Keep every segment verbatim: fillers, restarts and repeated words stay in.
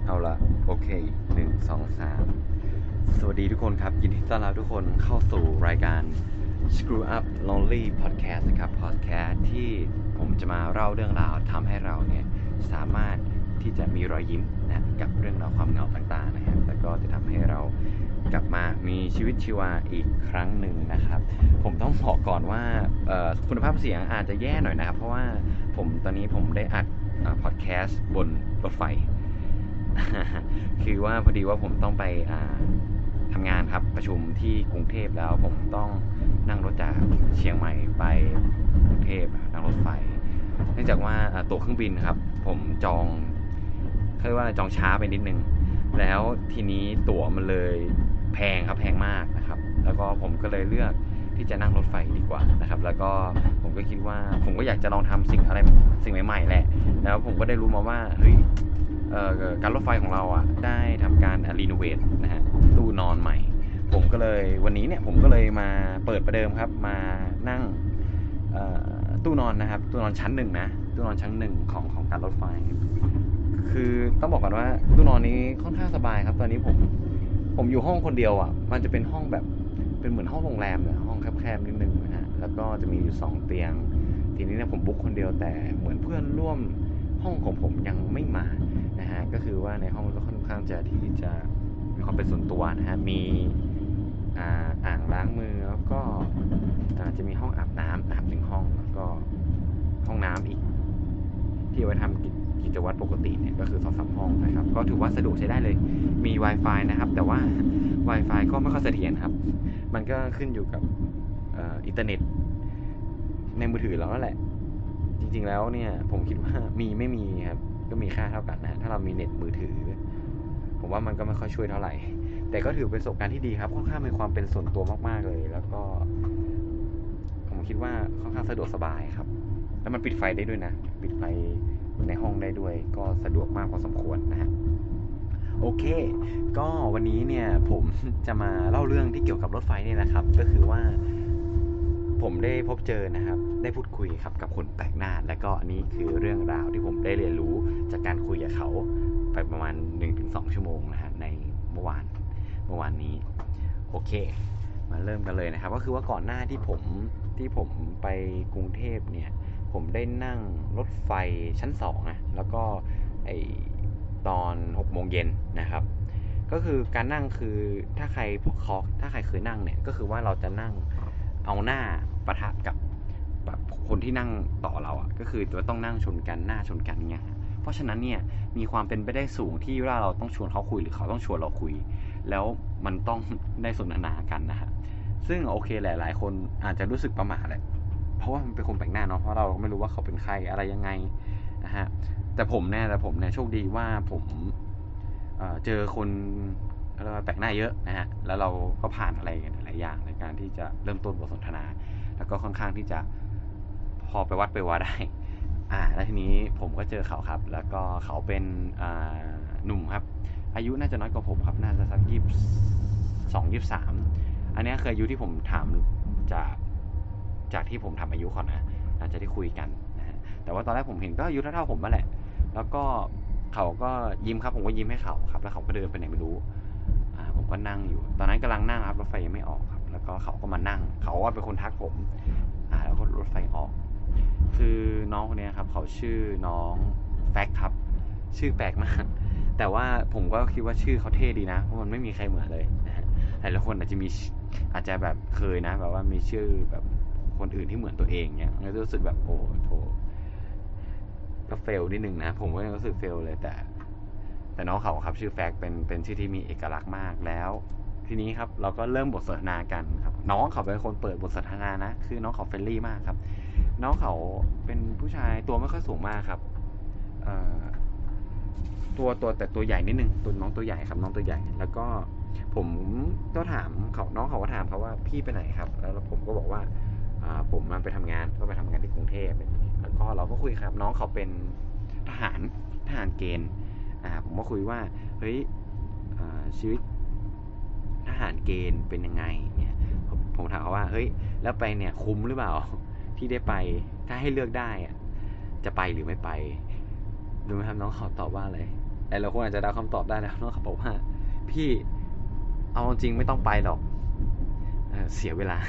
เอาละโอเคหนึ่งสองสามสวัสดีทุกคนครับยินดีต้อนรับทุกคนเข้าสู่รายการ Screw Up Lonely Podcast นะครับ Podcast ที่ผมจะมาเล่าเรื่องราวทำให้เราเนี่ยสามารถที่จะมีรอยยิ้มนะกับเรื่องราวความเหงาต่างๆนะครับแล้วก็จะทำให้เรากลับมามีชีวิตชีวาอีกครั้งหนึ่งนะครับผมต้องบอกก่อนว่าคุณภาพเสียงอาจจะแย่หน่อยนะครับเพราะว่าผมตอนนี้ผมได้อัดพอดแคสต์บนรถไฟ คือว่าพอดีว่าผมต้องไปทำงานครับประชุมที่กรุงเทพแล้วผมต้องนั่งรถจากเชียงใหม่ไปกรุงเทพนั่งรถไฟเนื่องจากว่าตั๋วเครื่องบินครับผมจองเขาเรียกว่าจองช้าไปนิดนึงแล้วทีนี้ตั๋วมันเลยแพงครับแพงมากนะครับแล้วก็ผมก็เลยเลือกที่จะนั่งรถไฟดีกว่านะครับแล้วก็ผมก็คิดว่าผมก็อยากจะลองทำสิ่งอะไรสิ่งใหม่ๆแหละแล้วผมก็ได้รู้มาว่าเฮ้ยการรถไฟของเราอ่ะได้ทำการรีโนเวทนะฮะตู้นอนใหม่ผมก็เลยวันนี้เนี่ยผมก็เลยมาเปิดประเดิมครับมานั่งตู้นอนนะครับตู้นอนชั้นหนึ่งนะตู้นอนชั้นหนึ่งของของการรถไฟคือต้องบอกก่อนว่าตู้นอนนี้ค่อนข้างสบายครับตอนนี้ผมผมอยู่ห้องคนเดียวอ่ะมันจะเป็นห้องแบบเป็นเหมือนห้องโรงแรมเนี่ยห้องแคบๆนิดนึงนะฮะแล้วก็จะมีอยู่สองเตียงทีนี้เนี่ยผมบุ๊กคนเดียวแต่เหมือนเพื่อนร่วมห้องของผมยังไม่มานะฮะก็คือว่าในห้องก็ค่อนข้างจะที่จะมีความเป็นส่วนตัวนะฮะมีอ่างล้างมือแล้วก็จะมีห้องอาบน้ำนะครับหนึ่งห้องแล้วก็ห้องน้ำอีกที่เอาไว้ทำกิจวัตรปกติเนี่ยก็คือสองสามห้องนะครับก็ถือว่าสะดวกใช้ได้เลยมี Wi-Fi นะครับแต่ว่า Wi-Fi ก็ไม่ค่อยเสถียรครับมันก็ขึ้นอยู่กับอินเทอร์เน็ตในมือถือเราแหละจริงๆแล้วเนี่ยผมคิดว่ามีไม่มีครับก็มีค่าเท่ากันนะถ้าเรามีเน็ตมือถือผมว่ามันก็ไม่ค่อยช่วยเท่าไหร่แต่ก็ถือเป็นประสบการณ์ที่ดีครับค่อนข้างมีความเป็นส่วนตัวมากๆเลยแล้วก็ผมคิดว่าค่อนข้างสะดวกสบายครับแล้วมันปิดไฟได้ด้วยนะปิดไฟในห้องได้ด้วยก็สะดวกมากพอสมควรนะฮะโอเคก็วันนี้เนี่ยผมจะมาเล่าเรื่องที่เกี่ยวกับรถไฟนี่นะครับก็คือว่าผมได้พบเจอนะครับได้พูดคุยครับกับคนแปลกหน้าและก็อันนี้คือเรื่องราวที่ผมได้เรียนรู้จากการคุยกับเขาไปประมาณ หนึ่งถึงสอง ชั่วโมงนะฮะในเมื่อวานเมื่อวานนี้โอเคมาเริ่มกันเลยนะครับก็คือว่าก่อนหน้าที่ผมที่ผมไปกรุงเทพเนี่ยผมได้นั่งรถไฟชั้นสองนะแล้วก็ไอตอนหกโมงเย็นนะครับก็คือการนั่งคือถ้าใครพอถ้าใครเคยนั่งเนี่ยก็คือว่าเราจะนั่งเอาหน้าปะทะกับแบบคนที่นั่งต่อเราอ่ะก็คือจะต้องนั่งชนกันหน้าชนกันเงี้ยเพราะฉะนั้นเนี่ยมีความเป็นไปได้สูงที่ว่าเราต้องชวนเขาคุยหรือเขาต้องชวนเราคุยแล้วมันต้องได้สนทนากันนะฮะซึ่งโอเคหลายๆคนอาจจะรู้สึกประหม่าแหละเพราะว่ามันเป็นคนแปลกหน้าเนาะเพราะเราไม่รู้ว่าเขาเป็นใครอะไรยังไงนะฮะแต่ผมเนี่ยแต่ผมเนี่ยโชคดีว่าผมเอ่อเจอคนอะไรแปลกหน้าเยอะนะฮะแล้วเราก็ผ่านอะไรกันหลายอย่างในการที่จะเริ่มต้นบทสนทนาแล้วก็ค่อนข้างที่จะพอไปวัดไปว่าได้อ่าแล้วทีนี้ผมก็เจอเขาครับแล้วก็เขาเป็นอ่าหนุ่มครับอายุน่าจะน้อยกว่าผมครับน่าจะสักยี่สิบสองยี่สิบสามอันนี้คืออายุที่ผมถามจากจากที่ผมทำอายุก่อนนะหลังจากที่คุยกันนะฮะแต่ว่าตอนแรกผมเห็นก็อายุเท่าๆผมนั่นแหละแล้วก็เขาก็ยิ้มครับผมก็ยิ้มให้เขาครับแล้วเขาก็เดินไปไหนไม่รู้อ่าผมก็นั่งอยู่ตอนนั้นกำลังนั่งครับรถไฟยังไม่ออกครับแล้วก็เขาก็มานั่งเขาว่าเป็นคนทักผมอ่าแล้วก็รถไฟออกคือน้องคนนี้ครับเขาชื่อน้องแฟกครับชื่อแปลกมากแต่ว่าผมก็คิดว่าชื่อเขาเท่ดีนะเพราะมันไม่มีใครเหมือนเลยนะฮะหลายๆคนอาจจะมีอาจจะแบบเคยนะแบบว่ามีชื่อแบบคนอื่นที่เหมือนตัวเองเนี้ยก็รู้สึกแบบโอ้โถก็เฟลนิดนึงนะผมก็ยังรู้สึกเฟลเลยแต่แต่น้องเขาครับชื่อแฟกเป็นเป็นชื่อที่มีเอกลักษณ์มากแล้วทีนี้ครับเราก็เริ่มบทสนทนากันครับน้องเขาเป็นคนเปิดบทสนทนานะคือน้องเขาเฟรนลี่มากครับน้องเขาเป็นผู้ชายตัวไม่ค่อยสูงมากครับตัวตัวแต่ตัวใหญ่นิดนึงตัวน้องตัวใหญ่ครับน้องตัวใหญ่แล้วก็ผมก็ถามเขาน้องเขาก็ถามเขาว่าพี่ไปไหนครับแล้วผมก็บอกว่าผมมาไปทำงานก็ไปทำงานที่กรุงเทพแล้วก็เราก็คุยครับน้องเขาเป็นทหารทหารเกณฑ์ผมก็คุยว่าเฮ้ยชีวิตทหารเกณฑ์เป็นยังไงเนี่ยผมถามเขาว่าเฮ้ยแล้วไปเนี่ยคุ้มหรือเปล่าที่ได้ไปถ้าให้เลือกได้จะไปหรือไม่ไปรู้ไหมครับน้องเขาตอบว่าอะไรหลายๆคนอาจจะเดาคำตอบได้แล้วน้องเขาบอกว่าพี่เอาจริงไม่ต้องไปหรอกเออเสียเวลา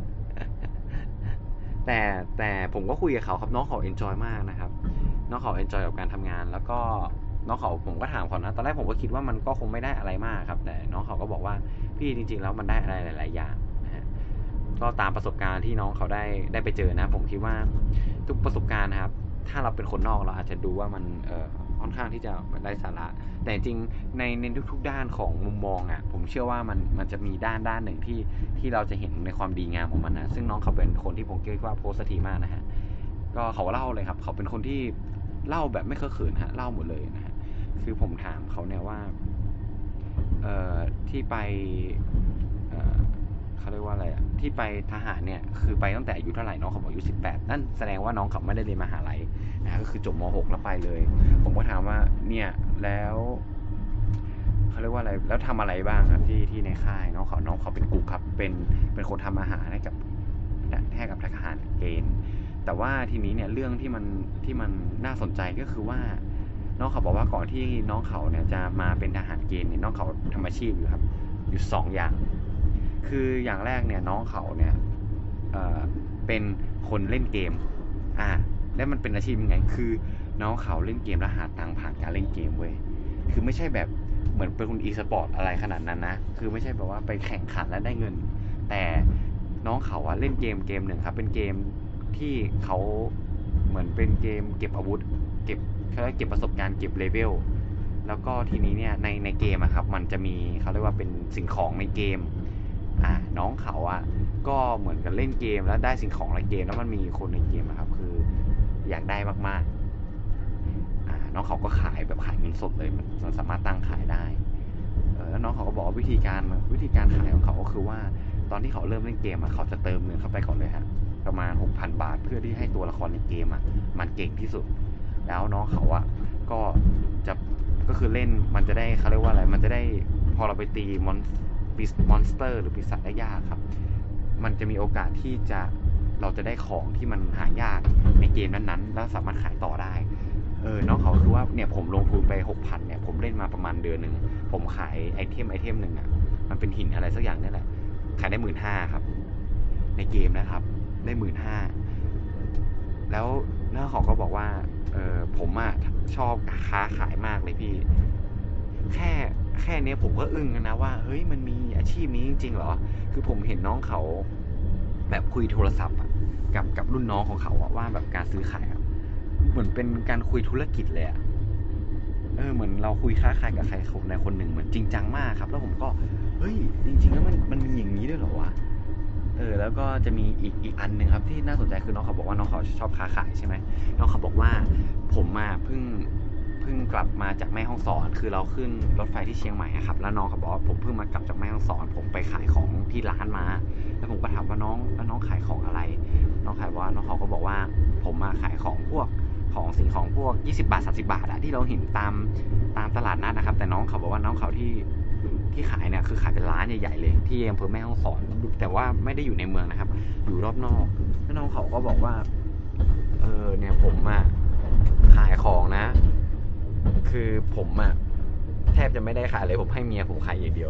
แต่แต่ผมก็คุยกับเขาครับน้องเขาเอนจอยมากนะครับน้องเขาเอนจอยกับการทำงานแล้วก็น้องเขาผมก็ถามเขานะตอนแรกผมก็คิดว่ามันก็คงไม่ได้อะไรมากครับแต่น้องเขาก็บอกว่าพี่จริงๆแล้วมันได้อะไรหลายๆอย่างนะฮะก็ตามประสบการณ์ที่น้องเขาได้ได้ไปเจอนะผมคิดว่าทุกประสบการณ์นะครับถ้าเราเป็นคนนอกเราอาจจะดูว่ามันเอ่อค่อนข้างที่จะได้สาระแต่จริงในในทุกๆด้านของมุมมองอ่ะผมเชื่อว่ามันมันจะมีด้านด้านหนึ่งที่ที่เราจะเห็นในความดีงามของมันนะซึ่งน้องเขาเป็นคนที่ผมคิดว่าโพสทีฟมากนะฮะก็เขาเล่าเลยครับเขาเป็นคนที่เล่าแบบไม่เคอะเขินฮะเล่าหมดเลยนะฮะคือผมถามเขาเนี่ยว่าเอ่อที่ไปเอ่อเขาเรียกว่าอะไรอ่ะที่ไปทหารเนี่ยคือไปตั้งแต่อายุเท่าไหร่น้องเขาบอกอายุสิบแปดนั่นแสดงว่าน้องเขาไม่ได้เรียนมหาลัยนะฮะก็คือจบม หกแล้วไปเลยผมก็ถามว่าเนี่ยแล้วเขาเรียกว่าอะไรแล้วทำอะไรบ้างครับที่ที่ในค่ายน้องเขาน้องเขาเป็นกุ๊กครับเป็นเป็นคนทำอาหารให้กับให้กับทหารเกณฑ์แต่ว่าทีนี้เนี่ยเรื่องที่มันที่มันน่าสนใจก็คือว่าน้องเขาบอกว่าก่อนที่น้องเขาเนี่ยจะมาเป็นทหารเกณฑ์เนี่ยน้องเขาทำอาชีพอยู่ครับอยู่สองอย่างคืออย่างแรกเนี่ยน้องเขาเนี่ยเอ่อเป็นคนเล่นเกมอ่าแล้วมันเป็นอาชีพยังไงคือน้องเขาเล่นเกมแล้วหาตังค์ผ่านการเล่นเกมเว้ยคือไม่ใช่แบบเหมือนเป็นคนอีสปอร์ตอะไรขนาดนั้นนะคือไม่ใช่แบบว่าไปแข่งขันแล้วได้เงินแต่น้องเขาอะเล่นเกมเกมหนึ่งครับเป็นเกมที่เขาเหมือนเป็นเกมเก็บอาวุธเก็บเขาเรียกเก็บประสบการณ์เก็บเลเวลแล้วก็ทีนี้เนี่ยในในเกมอะครับมันจะมีเขาเรียกว่าเป็นสิ่งของในเกมอ่าน้องเขาอะก็เหมือนกับเล่นเกมแล้วได้สิ่งของในเกมแล้วมันมีคนในเกมอะครับคืออยากได้มากๆอ่าน้องเขาก็ขายแบบขายเงินสดเลยมันสามารถตั้งขายได้เออแล้วน้องเขาก็บอกว่าวิธีการวิธีการขายของเขาก็คือว่าตอนที่เขาเริ่มเล่นเกมอะเขาจะเติมเงินเข้าไปก่อนเลยฮะประมาณ หกพัน บาทเพื่อที่ให้ตัวละครในเกมอะมันเก่งที่สุดแล้วน้องเขาอะก็จะก็คือเล่นมันจะได้เขาเรียกว่าอะไรมันจะได้พอเราไปตีมอนมอนสเตอร์หรือปีศาจได้ยากครับมันจะมีโอกาสที่จะเราจะได้ของที่มันหายากในเกมนั้นๆแล้วสามารถขายต่อได้เออน้องเขาคือว่าเนี่ยผมลงทุนไป หกพัน เนี่ยผมเล่นมาประมาณเดือนนึงผมขายไอเทมไอเทมนึงอ่ะมันเป็นหินอะไรสักอย่างนี่แหละขายได้ หนึ่งหมื่นห้าพัน ครับในเกมนะครับได้ หนึ่งหมื่นห้าพัน แล้วแล้วเขาก็บอกว่าเออผมอ่ะชอบค้าขายมากเลยพี่แค่แค่นี้ผมก็อึ้งนะว่าเฮ้ยมันมีอาชีพนี้จริงๆเหรอคือผมเห็นน้องเขาแบบคุยโทรศัพท์อะกับกับรุ่นน้องของเขาอะว่าแบบการซื้อขายอะเหมือนเป็นการคุยธุรกิจเลยอะเออเหมือนเราคุยค้าขายกับใครคนใดคนหนึ่งเหมือนจริงจังมากครับแล้วผมก็เฮ้ยจริงๆแล้วมันมันมีอย่างนี้ด้วยเหรอวะเออแล้วก็จะมีอีกอีกอันหนึ่งครับที่น่าสนใจคือน้องเขาบอกว่าน้องเขาชอบค้าขายใช่ไหมน้องเขาบอกว่าผมมาเพิ่งเพิ่งกลับมาจากแม่ฮ่องสอนคือเราขึ้นรถไฟที่เชียงใหม่ครับแล้วน้องเขาบอกว่าผมเพิ่งมากลับจากแม่ฮ่องสอนผมไปขายของที่ร้านมาแล้วผมก็ถามว่าน้องแล้วน้องขายของอะไรน้องขายว่าน้องเขาก็บอกว่าผมมาขายของพวกของสิ่งของพวกยี่สิบบาทสามสิบบาทอะที่เราเห็นตามตามตลาดนัดนะครับแต่น้องเขาบอกว่าน้องเขาที่ที่ขายเนี่ยคือขายเป็นร้านใหญ่ๆเลยที่อำเภอแม่ฮ่องสอนแต่ว่าไม่ได้อยู่ในเมืองนะครับอยู่รอบนอกแล้วน้องเขาก็บอกว่าเออเนี่ยผมอะขายของนะคือผมอะแทบจะไม่ได้ขายเลยผมให้เมียผมขายอย่างเดียว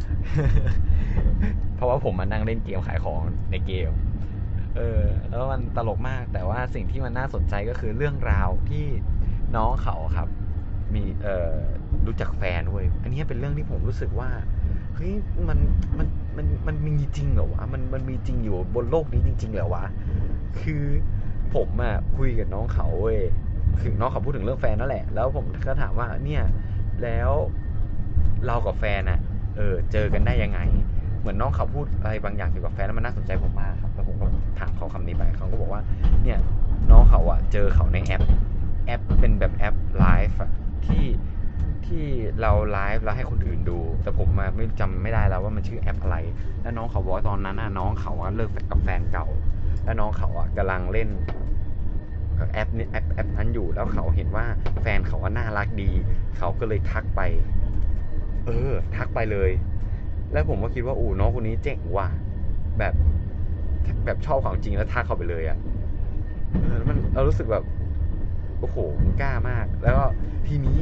เพราะว่าผมมานั่งเล่นเกมขายของในเกมเออแล้วมันตลกมากแต่ว่าสิ่งที่มันน่าสนใจก็คือเรื่องราวที่น้องเขาครับมีเอ่อรู้จักแฟนเว้ยอันนี้เป็นเรื่องที่ผมรู้สึกว่าเฮ้ยมันมันมันมันมีจริงเหรอวะมันมันมีจริงอยู่บนโลกนี้จริงๆเหรอวะคือผมอะคุยกับน้องเขาเว้ยคือน้องเขาพูดถึงเรื่องแฟนนั่นแหละแล้วผมก็ถามว่าเนี่ยแล้วเรากับแฟนอะเออเจอกันได้ยังไงเหมือนน้องเขาพูดอะไรบางอย่างเกี่ยวกับแฟนแล้วมันน่าสนใจผมมากครับแล้วผมก็ถามเขาคำนี้ไปเขาก็บอกว่าเนี่ยน้องเขาอะเจอเขาในแอปแอปเป็นแบบแอปไลฟ์อะที่ที่เราไลฟ์แล้วให้คนอื่นดูแต่ผมมาไม่จำไม่ได้แล้วว่ามันชื่อแอปอะไรแล้วน้องเขาบอกว่าตอนนั้นน่ะน้องเขาเลิกกับแฟนเก่าแล้วน้องเขาอะกำลังเล่นแอปนี้แอปแอปนั้นอยู่แล้วเขาเห็นว่าแฟนเขาว่าน่ารักดีเขาก็เลยทักไปเออทักไปเลยแล้วผมก็คิดว่าอู้น้องคนนี้เจ๋งว่ะแบบแบบชอบของจริงแล้วทักเขาไปเลยอ่ะเออมันเรารู้สึกแบบโอ้โหมันกล้ามากแล้วก็ทีนี้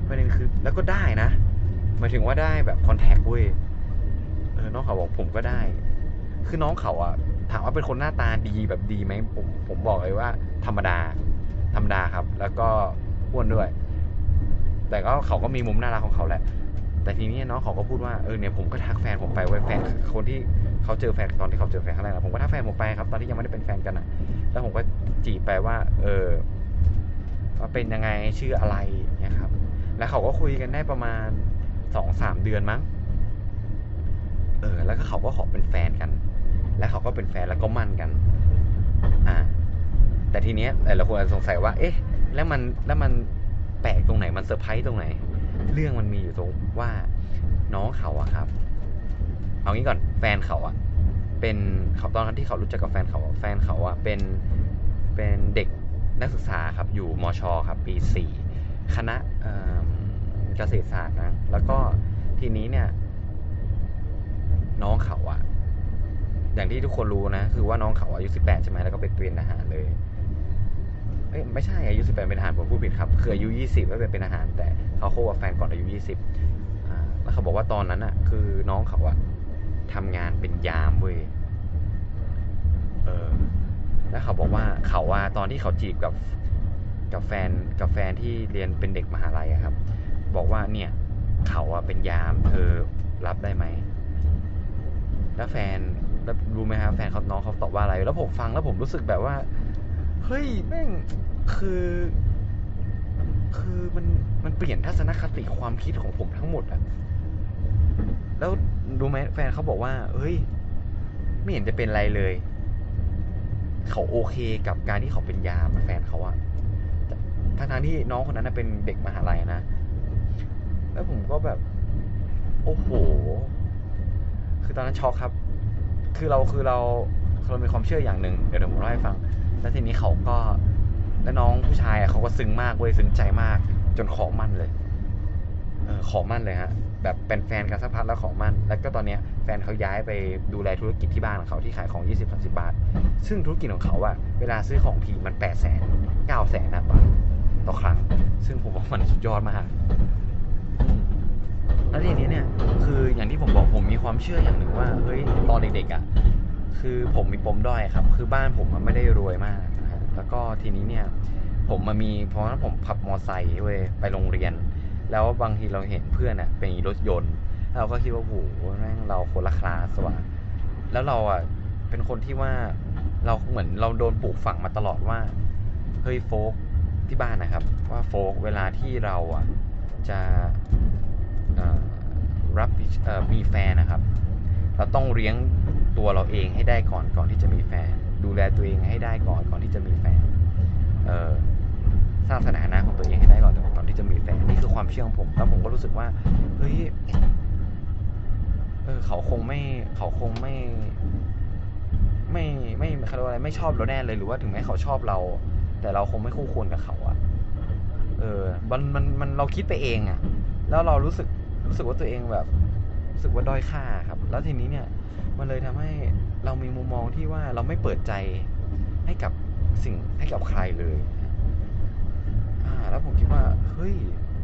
ประเด็นคือแล้วก็ได้นะหมายถึงว่าได้แบบคอนแทคเว้ยเออน้องเขาบอกผมก็ได้คือน้องเขาอะถามว่าเป็นคนหน้าตาดีแบบดีไหมผมผมบอกเลยว่าธรรมดาธรรมดาครับแล้วก็อ้วนด้วยแต่ก็เขาก็มีมุมน่ารักของเขาแหละแต่ทีนี้น้องเขาก็พูดว่าเออเนี่ยผมก็ทักแฟนผมไปไว้แฟนคนที่เขาเจอแฟนตอนที่เขาเจอแฟนครั้งแรกผมก็ทักแฟนผมไปครับตอนที่ยังไม่ได้เป็นแฟนกันอะแล้วผมก็จีบไปว่าเออว่าเป็นยังไงชื่ออะไรเนี่ยครับแล้วเขาก็คุยกันได้ประมาณสองสามเดือนมั้งเออแล้วก็เขาก็ขอเป็นแฟนกันแล้วเขาก็เป็นแฟนแล้วก็มั่นกันอ่าแต่ทีเนี้ยหลายคนอาจจะสงสัยว่าเอ๊ะแล้วมันแล้วมันแปลกตรงไหนมันเซอร์ไพรส์ตรงไหนเรื่องมันมีอยู่ตรงว่าน้องเขาอะครับเอางี้ก่อนแฟนเขาอะเป็นเขาตอนนั้นที่เขารู้จักกับแฟนเขาแฟนเขาอะเป็นเป็นเด็กนักศึกษาครับอยู่มชครับปีสี่คณะเกษตรศาสตร์นะแล้วก็ทีนี้เนี่ยน้องเขาอะอย่างที่ทุกคนรู้นะคือว่าน้องเขาอายุสิบแปดใช่ไหมแล้วก็ไปเตรียมทหารเลยเอ้ยไม่ใช่อายุสิบแปดเป็นทหารผมพูดผิดครับคืออายุยี่สิบแล้วเป็นทหารแต่เขาคบกับแฟนก่อนอายุยี่สิบอ่าแล้วเขาบอกว่าตอนนั้นอะคือน้องเขาอะทำงานเป็นยามเว้ยเออแล้วเขาบอกว่าเขาว่าตอนที่เขาจีบกับกับแฟนกับแฟนที่เรียนเป็นเด็กมหาลัยครับบอกว่าเนี่ยเขาอะเป็นยามเธอรับได้ไหมแล้วแฟนแล้วรู้ไหมครับแฟนเขาน้องเขาตอบว่าอะไรแล้วผมฟังแล้วผมรู้สึกแบบว่าเฮ้ยแม่งคือคือมันมันเปลี่ยนทัศนคติความคิดของผมทั้งหมดอะแล้วรู้ไหมแฟนเขาบอกว่าเฮ้ยไม่เห็นจะเป็นไรเลยเขาโอเคกับการที่เขาเป็นยามแฟนเขาอะทั้งทั้งที่น้องคนนั้นเป็นเด็กมหาลัยนะแล้วผมก็แบบโอ้โหคือตอนนั้นช็อกครับคือเราคือเราเรามีความเชื่ออย่างหนึ่งเดี๋ยวผมเล่าให้ฟังแล้วทีนี้เขาก็แล้วน้องผู้ชายเขาก็ซึ้งมากเว้ยซึ้งใจมากจนขอมั่นเลยเออขอมั่นเลยฮะแบบเป็นแฟนกันสักพักแล้วขอมั่นแล้วก็ตอนนี้แฟนเขาย้ายไปดูแลธุรกิจที่บ้านของเขาที่ขายของ ยี่สิบถึงสามสิ บาทซึ่งธุรกิจของเขาอะเวลาซื้อของทีมันแปดแสนเก้าแสนนะบาทต่อครั้งซึ่งผมว่ามันสุดยอดมากแล้วทีนี้เนี่ยคืออย่างที่ผมบอกผมมีความเชื่ออย่างหนึ่งว่าเฮ้ยตอนเด็กๆอ่ะคือผมมีปมด้อยครับคือบ้านผมมันไม่ได้รวยมากนะฮะแล้วก็ทีนี้เนี่ยผมมามีเพราะว่าผมขับมอไซค์เว้ยไปโรงเรียนแล้วบางทีเราเห็นเพื่อนอ่ะเป็นรถยนต์เราก็คิดว่าโหแม่งเราคนละคลาสว่ะแล้วเราอ่ะเป็นคนที่ว่าเราเหมือนเราโดนปลูกฝังมาตลอดว่าเฮ้ยโฟกที่บ้านนะครับว่าโฟกเวลาที่เราอ่ะจะรับมีแฟนนะครับเราต้องเลี้ยงตัวเราเองให้ได้ก่อนก่อนที่จะมีแฟนดูแลตัวเองให้ได้ก่อนก่อนที่จะมีแฟนเออสร้างสถานะของตัวเองให้ได้ก่อนก่อนที่จะมีแฟนนี่คือความเชื่อของผมแล้วผมก็รู้สึกว่าเฮ้ยเออเขาคงไม่เขาคงไม่ไม่ไม่เขาเรียกว่าอะไรไม่ชอบเราแน่เลยหรือว่าถึงแม้เขาชอบเราแต่เราคงไม่คู่ควรกับเขาอะเออมันมันมันเราคิดไปเองอะแล้วเรารู้สึกรู้สึกว่าตัวเองแบบรู้สึกว่าด้อยค่าครับแล้วทีนี้เนี่ยมันเลยทำให้เรามีมุมมองที่ว่าเราไม่เปิดใจให้กับสิ่งให้กับใครเลยอ่าแล้วผมคิดว่าเฮ้ย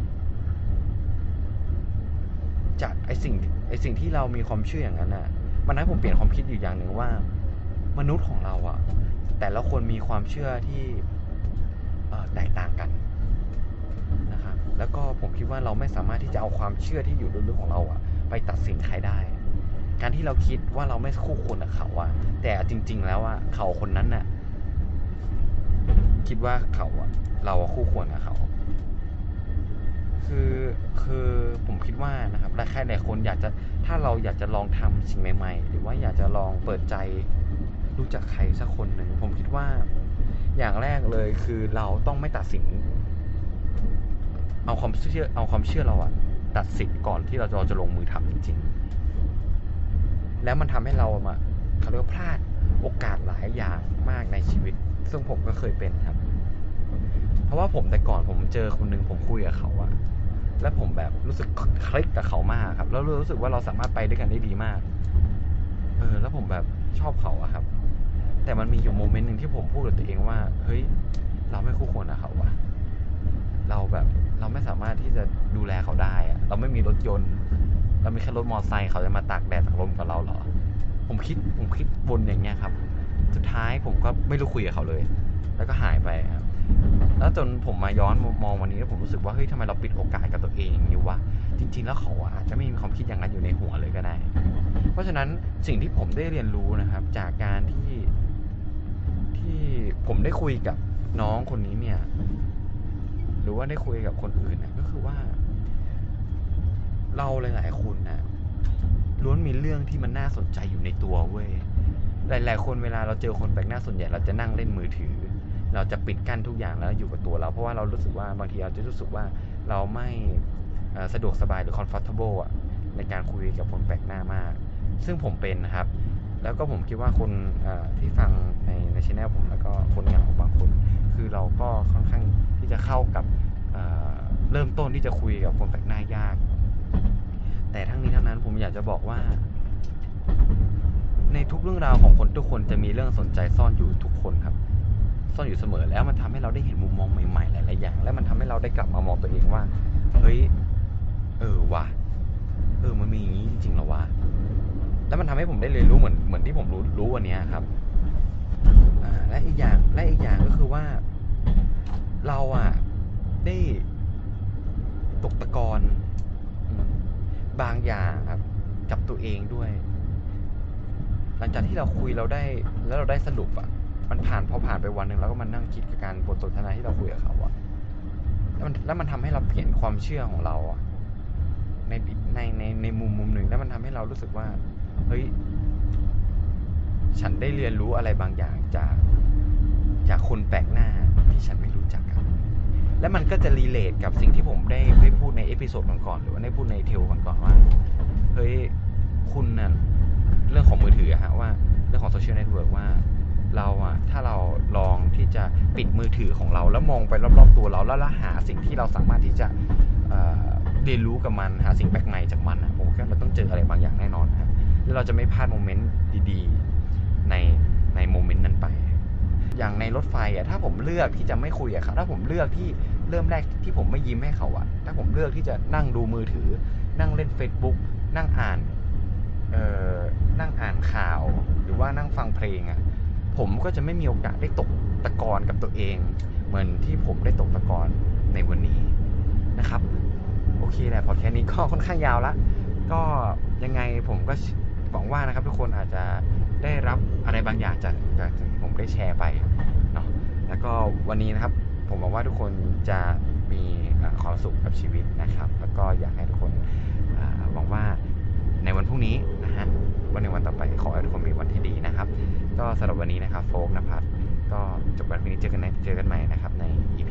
จากไอสิ่งไอสิ่งที่เรามีความเชื่ออย่างนั้นน่ะมันทำให้ผมเปลี่ยนความคิดอยู่อย่างหนึ่งว่ามนุษย์ของเราอ่ะแต่ละคนมีความเชื่อที่แตกต่างกันนะครับแล้วก็ผมคิดว่าเราไม่สามารถที่จะเอาความเชื่อที่อยู่ลึกๆของเราอ่ะไปตัดสินใครได้การที่เราคิดว่าเราไม่คู่ควรกับเขาอะแต่จริงๆแล้วอะเขาคนนั้นน่ะคิดว่าเขาอะเราคู่ควรกับเขาคือคือผมคิดว่านะครับและแค่หลายคนอยากจะถ้าเราอยากจะลองทำสิ่งใหม่ๆหรือว่าอยากจะลองเปิดใจรู้จักใครสักคนหนึ่งผมคิดว่าอย่างแรกเลยคือเราต้องไม่ตัดสินเอาความเชื่อเอาความเชื่อเราอะตัดสินก่อนที่เราจะจะลงมือทำจริงๆแล้วมันทำให้เราอะเขาเรียกว่าพลาดโอกาสหลายอย่างมากในชีวิตซึ่งผมก็เคยเป็นครับเพราะว่าผมแต่ก่อนผมเจอคนนึงผมคุยกับเขาอะแล้วผมแบบรู้สึกคลิกกับเขามากครับแล้วรู้สึกว่าเราสามารถไปด้วยกันได้ดีมากเออแล้วผมแบบชอบเขาอะครับแต่มันมีอยู่โมเมนต์นึงที่ผมพูดกับตัวเองว่าเฮ้ยเราไม่คู่ควรกับเขาว่ะเราแบบเราไม่สามารถที่จะดูแลเขาได้อะเราไม่มีรถยนต์เรามีแค่รถมอเตอร์ไซค์เขาจะมาตากแดดตากลมกับเราเหรอผมคิดผมคิดวนอย่างเงี้ยครับสุดท้ายผมก็ไม่รู้คุยกับเขาเลยแล้วก็หายไปครับแล้วจนผมมาย้อนมองวันนี้แล้วผมรู้สึกว่าเฮ้ยทำไมเราปิดโอกาสกับตัวเองอยู่วะจริงๆแล้วเขาอาจจะไม่มีความคิดอย่างนั้นอยู่ในหัวเลยก็ได้เพราะฉะนั้นสิ่งที่ผมได้เรียนรู้นะครับจากการที่ที่ผมได้คุยกับน้องคนนี้เนี่ยหรือว่าได้คุยกับคนอื่นนะก็คือว่าเราหลายๆคนนะล้วนมีเรื่องที่มันน่าสนใจอยู่ในตัวเว้ยหลายๆคนเวลาเราเจอคนแปลกหน้าส่วนใหญ่เราจะนั่งเล่นมือถือเราจะปิดกั้นทุกอย่างแล้วอยู่กับตัวเราเพราะว่าเรารู้สึกว่าบางทีเราจะรู้สึกว่าเราไม่สะดวกสบายหรือ comfortable อ่ะในการคุยกับคนแปลกหน้ามากซึ่งผมเป็นนะครับแล้วก็ผมคิดว่าคนที่ฟังในในช่องผมแล้วก็คนงานของบางคนคือเราก็ค่อนข้างที่จะเข้ากับเริ่มต้นที่จะคุยกับคนแปลกหน้ายากแต่ทั้งนี้ทั้งนั้นผมอยากจะบอกว่าในทุกเรื่องราวของคนทุกคนจะมีเรื่องสนใจซ่อนอยู่ทุกคนครับซ่อนอยู่เสมอแล้วมันทำให้เราได้เห็นมุมมองใหม่ๆหลายๆอย่างและมันทำให้เราได้กลับมามองตัวเองว่าเฮ้ยเออวะเออมันมีอย่างนี้จริงๆเหรอวะแล้วมันทำให้ผมได้เรียนรู้เหมือนเหมือนที่ผมรู้รู้วันนี้ครับอ่าและอีกอย่างและอีกอย่างก็คือว่าเราอ่ะได้ตกตะกอนบางอย่างครับกับตัวเองด้วยหลังจากที่เราคุยเราได้แล้วเราได้สรุปอ่ะมันผ่านพอผ่านไปวันหนึ่งแล้วก็มันนั่งคิดกับการบทสนทนาที่เราคุยกับเขาอ่ะแล้วมันแล้วมันทำให้เราเปลี่ยนความเชื่อของเราอ่ะในในในในมุมมุมหนึ่งแล้วมันทำให้เรารู้สึกว่าเฮ้ยฉันได้เรียนรู้อะไรบางอย่างจากจากคนแปลกหน้าที่ฉันไม่รู้จักกันและมันก็จะรีเลทกับสิ่งที่ผมได้ได้พูดในเอพิโซดก่อนๆหรือว่าได้พูดในเทลก่อนๆว่าเฮ้ยคุณน่ะเรื่องของมือถือฮะว่าเรื่องของโซเชียลเน็ตเวิร์กว่าเราอะถ้าเราลองที่จะปิดมือถือของเราแล้วมองไปรอบๆตัวเราแล้วหาสิ่งที่เราสามารถที่จะเอ่อเรียนรู้กับมันหาสิ่งแปลกใหม่จากมันนะผมคิดว่าเราต้องเจออะไรบางอย่างแน่นอนฮะแล้วเราจะไม่พลาดโมเมนต์ดีๆในในโมเมนต์นั้นไปอย่างในรถไฟอะถ้าผมเลือกที่จะไม่คุยกับเขาถ้าผมเลือกที่เริ่มแรกที่ผมไม่ยิ้มให้เขาอะถ้าผมเลือกที่จะนั่งดูมือถือนั่งเล่น Facebook นั่งอ่านเอ่อนั่งอ่านข่าวหรือว่านั่งฟังเพลงอะผมก็จะไม่มีโอกาสได้ตกตะกอนกับตัวเองเหมือนที่ผมได้ตกตะกอนในวันนี้นะครับโอเคแหละพอแค่นี้ก็ค่อนข้างยาวละก็ยังไงผมก็หวังว่านะครับทุกคนอาจจะได้รับอะไรบางอย่างจากจากที่ผมได้แชร์ไปเนาะแล้วก็วันนี้นะครับผมหวังว่าทุกคนจะมีความสุขกับชีวิตนะครับแล้วก็อยากให้ทุกคนหวังว่าในวันพรุ่งนี้นะฮะวันในวันต่อไปขอให้ทุกคนมีวันที่ดีนะครับก็สำหรับวันนี้นะครับโฟกนภัสก็จบวันพรุ่งนี้เจอกันเจอกันใหม่นะครับใน อี พี